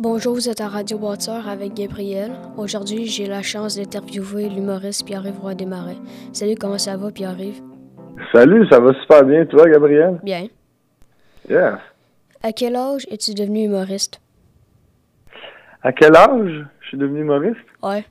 Bonjour, vous êtes à Radio Bâtisseur avec Gabriel. Aujourd'hui, j'ai la chance d'interviewer l'humoriste Pierre-Yves Roy Desmarais. Salut, comment ça va, Pierre-Yves? Salut, ça va super bien, toi, Gabriel? Bien. Yes. À quel âge es-tu devenu humoriste? À quel âge je suis devenu humoriste? Ouais.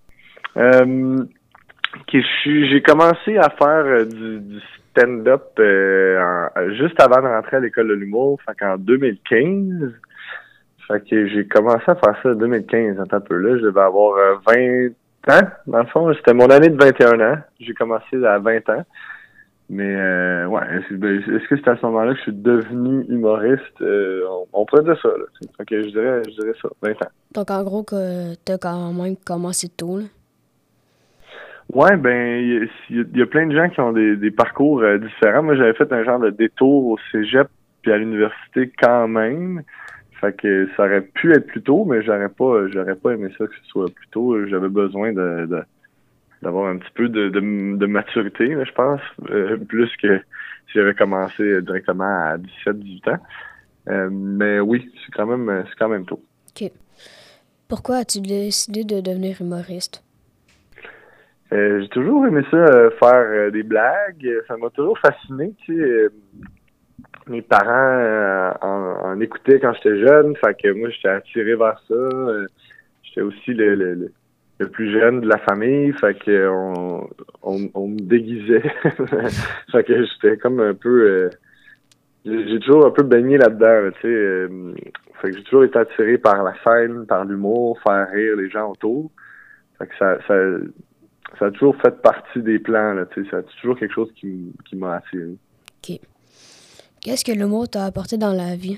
J'ai commencé à faire du stand-up juste avant de rentrer à l'école de l'humour, fait qu'en 2015. Fait que j'ai commencé à faire ça en 2015, un peu là. Je devais avoir 20 ans, dans le fond. C'était mon année de 21 ans. J'ai commencé à 20 ans. Mais ouais, est-ce que c'est à ce moment-là que je suis devenu humoriste? On pourrait dire ça, là. Fait que je dirais ça, 20 ans. Donc, en gros, que t'as quand même commencé tôt, là. Ouais, ben, il y a plein de gens qui ont des parcours différents. Moi, j'avais fait un genre de détour au cégep puis à l'université quand même. Fait que ça aurait pu être plus tôt, mais j'aurais pas aimé ça que ce soit plus tôt. J'avais besoin d'avoir un petit peu de maturité, là, je pense, plus que si j'avais commencé directement à 17-18 ans. Mais oui, c'est quand même tôt. OK. Pourquoi as-tu décidé de devenir humoriste? J'ai toujours aimé ça, faire des blagues. Ça m'a toujours fasciné, tu sais. Mes parents en écoutaient quand j'étais jeune, fait que moi, j'étais attiré vers ça. J'étais aussi le plus jeune de la famille, fait que on me déguisait. Fait que j'étais comme un peu... j'ai toujours un peu baigné là-dedans, tu sais. Fait que j'ai toujours été attiré par la scène, par l'humour, faire rire les gens autour. Fait que ça a toujours fait partie des plans, là, tu sais. C'est toujours quelque chose qui m'a attiré. OK. Qu'est-ce que l'humour t'a apporté dans la vie?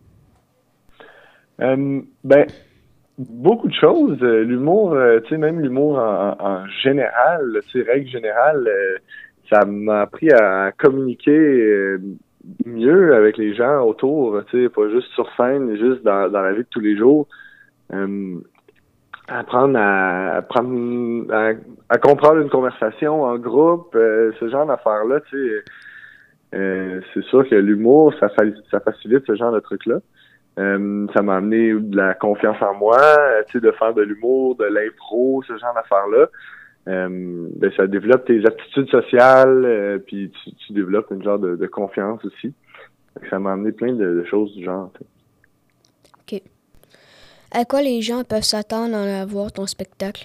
Ben, beaucoup de choses. L'humour, tu sais, même l'humour en général, tu sais, règle générale, ça m'a appris à communiquer mieux avec les gens autour, tu sais, pas juste sur scène, mais juste dans la vie de tous les jours. Apprendre à comprendre une conversation en groupe, ce genre d'affaires-là, tu sais. C'est sûr que l'humour, ça facilite ce genre de trucs-là. Ça m'a amené de la confiance en moi, tu sais, de faire de l'humour, de l'impro, ce genre d'affaires-là. Ben, ça développe tes aptitudes sociales, puis tu développes une genre de confiance aussi. Ça m'a amené plein de choses du genre. OK. À quoi les gens peuvent s'attendre en allant voir ton spectacle?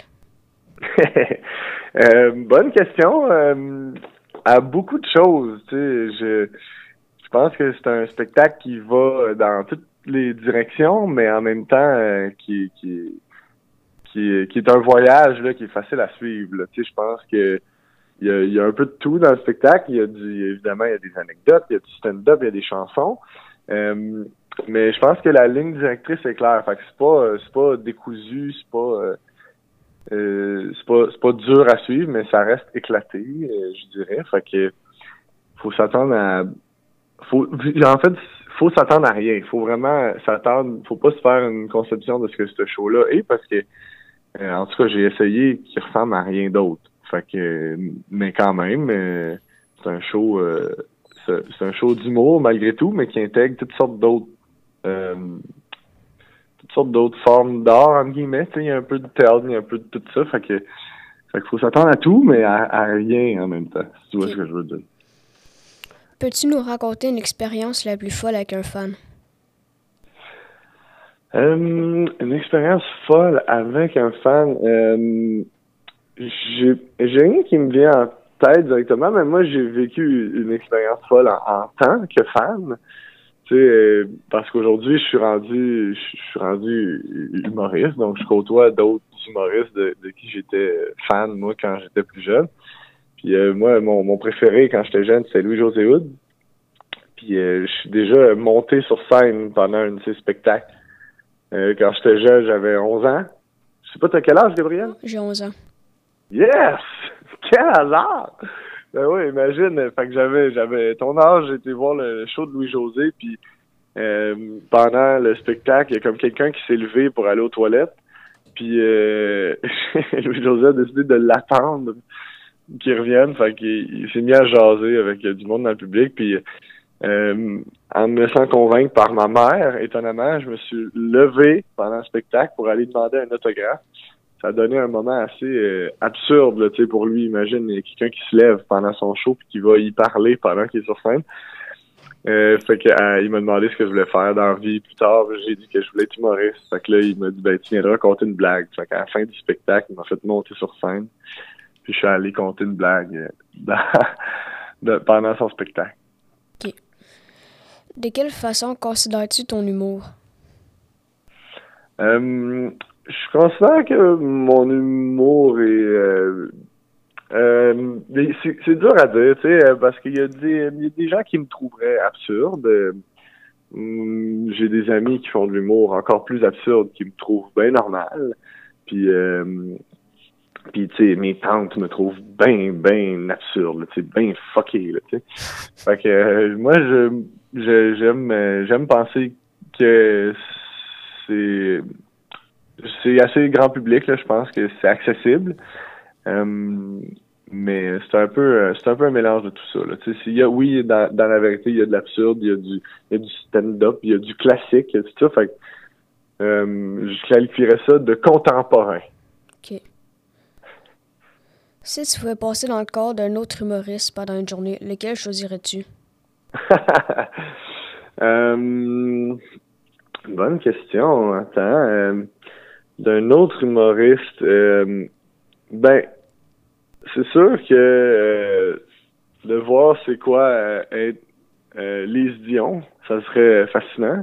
Bonne question. À beaucoup de choses, tu sais, je pense que c'est un spectacle qui va dans toutes les directions, mais en même temps qui est un voyage là, qui est facile à suivre. Là. Tu sais, je pense que il y a un peu de tout dans le spectacle. Évidemment, il y a des anecdotes, il y a du stand-up, il y a des chansons. Mais je pense que la ligne directrice est claire. Fait que c'est pas décousu, c'est pas dur à suivre, mais ça reste éclaté, je dirais. Fait que faut s'attendre à faut s'attendre à rien. Il faut vraiment s'attendre. Faut pas se faire une conception de ce que ce show-là est parce que, en tout cas, j'ai essayé qu'il ressemble à rien d'autre. Fait que, mais quand même, c'est un show, c'est un show d'humour malgré tout, mais qui intègre euh, toutes sortes d'autres formes d'art entre guillemets. Tu sais, il y a un peu de théâtre, il y a un peu de tout ça. Fait qu'il faut s'attendre à tout, mais à rien en même temps. Si tu vois ce que je veux dire. Peux-tu nous raconter une expérience la plus folle avec un fan? Une expérience folle avec un fan. J'ai rien qui me vient en tête directement, mais moi j'ai vécu une expérience folle en tant que fan. Tu sais, parce qu'aujourd'hui je suis rendu humoriste, donc je côtoie d'autres humoristes de qui j'étais fan moi quand j'étais plus jeune. Puis moi mon préféré quand j'étais jeune c'était Louis-José Hood. Puis je suis déjà monté sur scène pendant un de ses spectacles. Quand j'étais jeune, j'avais 11 ans. Je sais pas, t'as quel âge, Gabriel? J'ai 11 ans. Yes! Quel hasard! Ben oui, imagine, fait que j'avais ton âge, j'ai été voir le show de Louis-José, puis pendant le spectacle, il y a comme quelqu'un qui s'est levé pour aller aux toilettes, puis Louis-José a décidé de l'attendre qu'il revienne, fait qu'il s'est mis à jaser avec du monde dans le public, puis En me laissant convaincre par ma mère, étonnamment, je me suis levé pendant le spectacle pour aller demander un autographe. Ça a donné un moment assez absurde là, pour lui. Imagine, il y a quelqu'un qui se lève pendant son show puis qui va y parler pendant qu'il est sur scène. Fait que il m'a demandé ce que je voulais faire dans la vie. Plus tard, j'ai dit que je voulais être humoriste. Fait que là, il m'a dit tu viendras raconter une blague. Fait qu'à la fin du spectacle, il m'a fait monter sur scène. Puis je suis allé compter une blague pendant son spectacle. OK. De quelle façon considères-tu ton humour? Je considère que mon humour est c'est dur à dire, tu sais, parce qu'il y a des gens qui me trouveraient absurde. J'ai des amis qui font de l'humour encore plus absurde, qui me trouvent bien normal. Puis tu sais, mes tantes me trouvent bien absurde, tu sais, bien fucké, là, tu sais. Fait que moi, j'aime penser que c'est assez grand public, là. Je pense que c'est accessible. Mais c'est un peu un mélange de tout ça, là. Tu sais, oui, dans la vérité, il y a de l'absurde, il y a du stand-up, il y a du classique, il y a tout ça. Fait que je qualifierais ça de contemporain. OK. Si tu pouvais passer dans le corps d'un autre humoriste pendant une journée, lequel choisirais-tu? Bonne question. Attends. D'un autre humoriste, c'est sûr que de voir c'est quoi être Lise Dion, ça serait fascinant.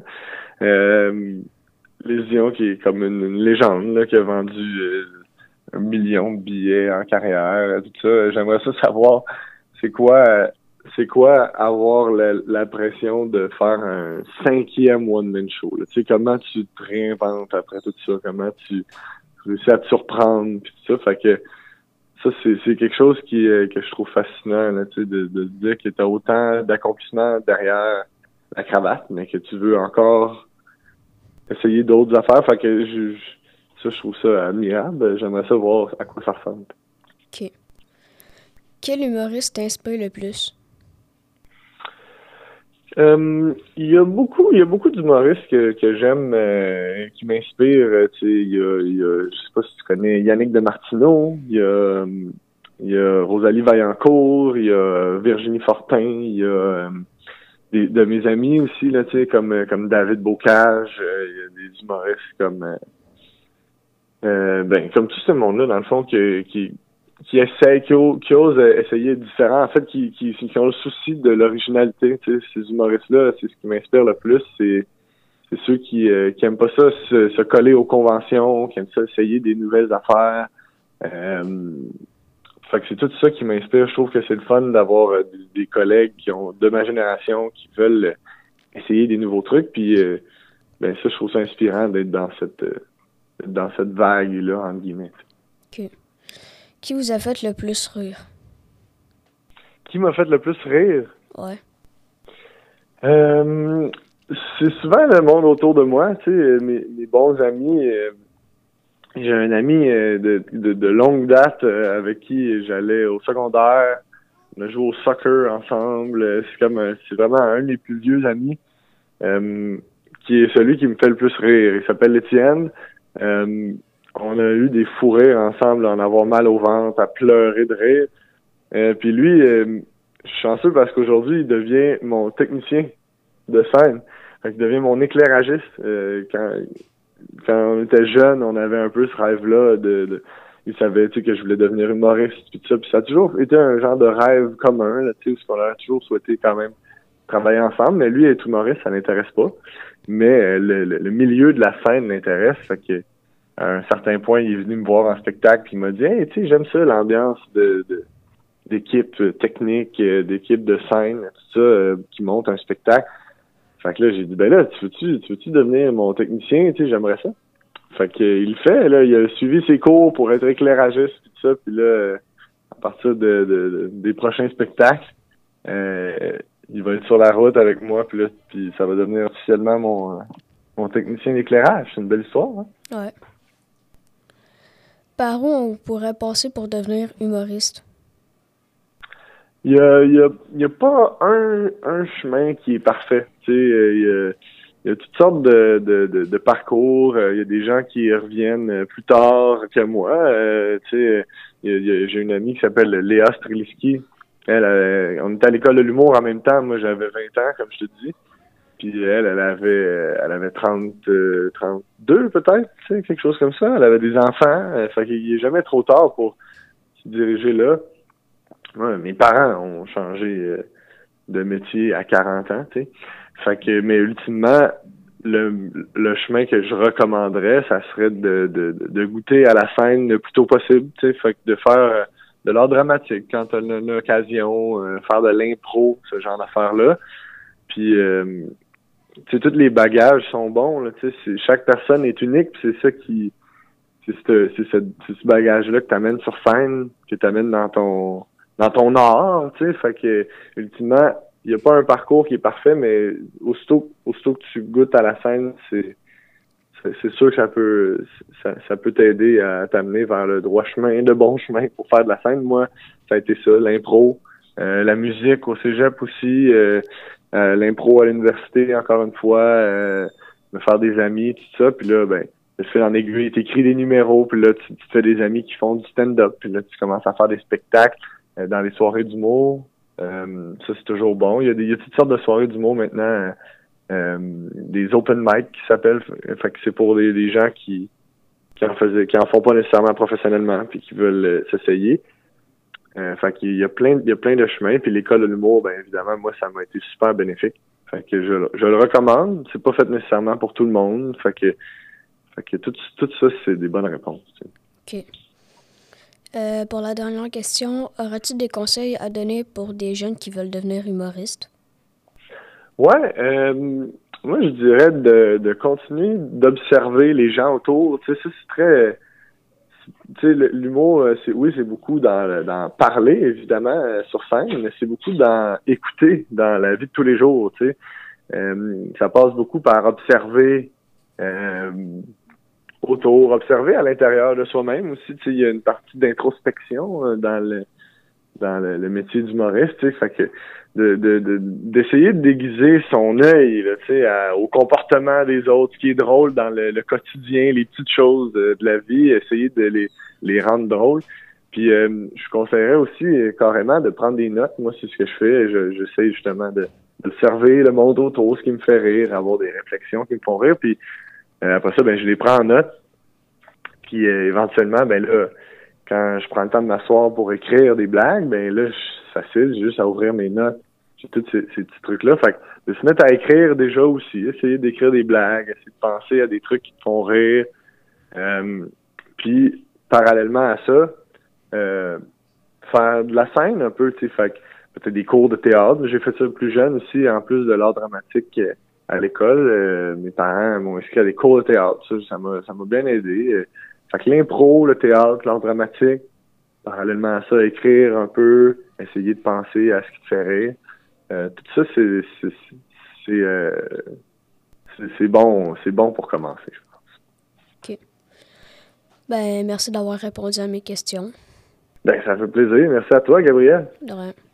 Lise Dion qui est comme une légende là, qui a vendu 1 million de billets en carrière, tout ça. J'aimerais ça savoir c'est quoi avoir la pression de faire un 5e one-man show. Là. Tu sais, comment tu te réinventes après tout ça, comment tu réussis à te surprendre, puis tout ça. Fait que ça, c'est quelque chose que je trouve fascinant, là, tu sais, de se dire que tu as autant d'accomplissements derrière la cravate, mais que tu veux encore essayer d'autres affaires. Fait que je trouve ça admirable. J'aimerais ça voir à quoi ça ressemble. OK. Quel humoriste t'inspire le plus? Il y a beaucoup d'humoristes que j'aime, qui m'inspirent. Tu sais, je sais pas si tu connais Yannick Demartino, il y a Rosalie Vaillancourt, il y a Virginie Fortin, il y a de mes amis aussi là, tu sais, comme David Bocage, il y a des humoristes comme comme tout ce monde-là dans le fond qui essaient, qui osent essayer différent, en fait, qui ont le souci de l'originalité. Tu sais, ces humoristes-là, c'est ce qui m'inspire le plus. C'est ceux qui aiment pas ça se coller aux conventions, qui aiment ça essayer des nouvelles affaires. Fait que c'est tout ça qui m'inspire. Je trouve que c'est le fun d'avoir des collègues qui ont de ma génération qui veulent essayer des nouveaux trucs. Puis ça, je trouve ça inspirant d'être dans cette vague-là, entre guillemets. OK. Qui vous a fait le plus rire? Qui m'a fait le plus rire? Ouais. C'est souvent le monde autour de moi, tu sais, mes bons amis. J'ai un ami de longue date avec qui j'allais au secondaire. On a joué au soccer ensemble. C'est vraiment un de mes plus vieux amis, qui est celui qui me fait le plus rire. Il s'appelle Étienne. On a eu des fous rires ensemble, en avoir mal au ventre, à pleurer de rire. Puis lui, je suis chanceux parce qu'aujourd'hui, il devient mon technicien de scène. Fait qu'il devient mon éclairagiste. Quand on était jeune, on avait un peu ce rêve-là il savait, tu sais, que je voulais devenir humoriste, puis tout ça. Puis ça a toujours été un genre de rêve commun, là, tu sais, parce qu'on a toujours souhaité quand même travailler ensemble. Mais lui, être humoriste, ça l'intéresse pas. Mais le milieu de la scène l'intéresse. Fait que à un certain point, il est venu me voir en spectacle puis il m'a dit « Hey, tu sais, j'aime ça, l'ambiance d'équipe technique, d'équipe de scène, tout ça, qui monte un spectacle. » Fait que là, j'ai dit « Ben là, tu veux-tu devenir mon technicien? Tu sais, j'aimerais ça. » Fait que il le fait, là, il a suivi ses cours pour être éclairagiste puis tout ça, puis là, à partir des prochains spectacles, il va être sur la route avec moi, puis ça va devenir officiellement mon technicien d'éclairage. C'est une belle histoire, hein? Ouais. Par où on pourrait passer pour devenir humoriste? Il y a pas un chemin qui est parfait. Tu sais, il y a toutes sortes de parcours. Il y a des gens qui reviennent plus tard que moi. Tu sais, j'ai une amie qui s'appelle Léa Streliski. On était à l'école de l'humour en même temps. Moi, j'avais 20 ans, comme je te dis. Puis elle avait 32 peut-être, tu sais, quelque chose comme ça. Elle avait des enfants. Fait qu'il est jamais trop tard pour se diriger là. Ouais, mes parents ont changé de métier à 40 ans, tu sais. Fait que, mais ultimement, le chemin que je recommanderais, ça serait de goûter à la scène le plus tôt possible, tu sais. Fait que de faire de l'art dramatique quand on a l'occasion, faire de l'impro, ce genre d'affaires-là. Puis, tu sais, tous les bagages sont bons, là, tu sais. Chaque personne est unique, puis c'est ça qui... C'est ce bagage-là que tu amènes sur scène, que tu amènes dans ton art, tu sais, fait que ultimement, il n'y a pas un parcours qui est parfait, mais aussitôt que tu goûtes à la scène, c'est sûr que ça peut t'aider à t'amener vers le droit chemin, le bon chemin pour faire de la scène. Moi, ça a été ça, l'impro, la musique au cégep aussi, l'impro à l'université, encore une fois, me faire des amis, tout ça, puis là, ben, de fil en aiguille, t'écris des numéros, puis là, tu te fais des amis qui font du stand-up, puis là, tu commences à faire des spectacles dans les soirées d'humour. Ça, c'est toujours bon. Il y a toutes sortes de soirées d'humour maintenant, des open mic qui s'appellent. Fait que c'est pour des gens qui en font pas nécessairement professionnellement, puis qui veulent s'essayer. Fait qu'il y a plein de chemins, puis l'école de l'humour, ben évidemment, moi, ça m'a été super bénéfique. Fait que je le recommande. C'est pas fait nécessairement pour tout le monde. Fait que tout ça, c'est des bonnes réponses. Tu sais. OK. Pour la dernière question, aurais-tu des conseils à donner pour des jeunes qui veulent devenir humoristes? Ouais, moi je dirais de continuer d'observer les gens autour. Tu sais, ça c'est très, tu sais, l'humour, c'est beaucoup dans parler évidemment sur scène, mais c'est beaucoup dans écouter dans la vie de tous les jours. Tu sais, ça passe beaucoup par observer. Autour, observer à l'intérieur de soi-même aussi. Tu sais, il y a une partie d'introspection dans le métier d'humoriste. Tu sais, fait que d'essayer de déguiser son œil, là, tu sais, au comportement des autres, ce qui est drôle dans le quotidien, les petites choses de la vie, essayer de les rendre drôles. Puis je conseillerais aussi carrément de prendre des notes. Moi, c'est ce que je fais. J'essaie justement d'observer le monde autour, ce qui me fait rire, avoir des réflexions qui me font rire. Puis après ça, ben je les prends en note. Puis éventuellement, ben là, quand je prends le temps de m'asseoir pour écrire des blagues, ben là, c'est facile, j'ai juste à ouvrir mes notes. J'ai tous ces petits trucs-là. Fait que de se mettre à écrire déjà aussi, essayer d'écrire des blagues, essayer de penser à des trucs qui te font rire. Puis parallèlement à ça, faire de la scène un peu, tu sais, fait que peut-être des cours de théâtre. J'ai fait ça plus jeune aussi, en plus de l'art dramatique à l'école. Mes parents m'ont inscrit à des cours de théâtre. Ça m'a bien aidé. Fait que l'impro, le théâtre, l'art dramatique, parallèlement à ça, écrire un peu, essayer de penser à ce qui te fait rire. Tout ça, c'est bon pour commencer, je pense. OK. Ben, merci d'avoir répondu à mes questions. Ben, ça fait plaisir. Merci à toi, Gabriel. De rien.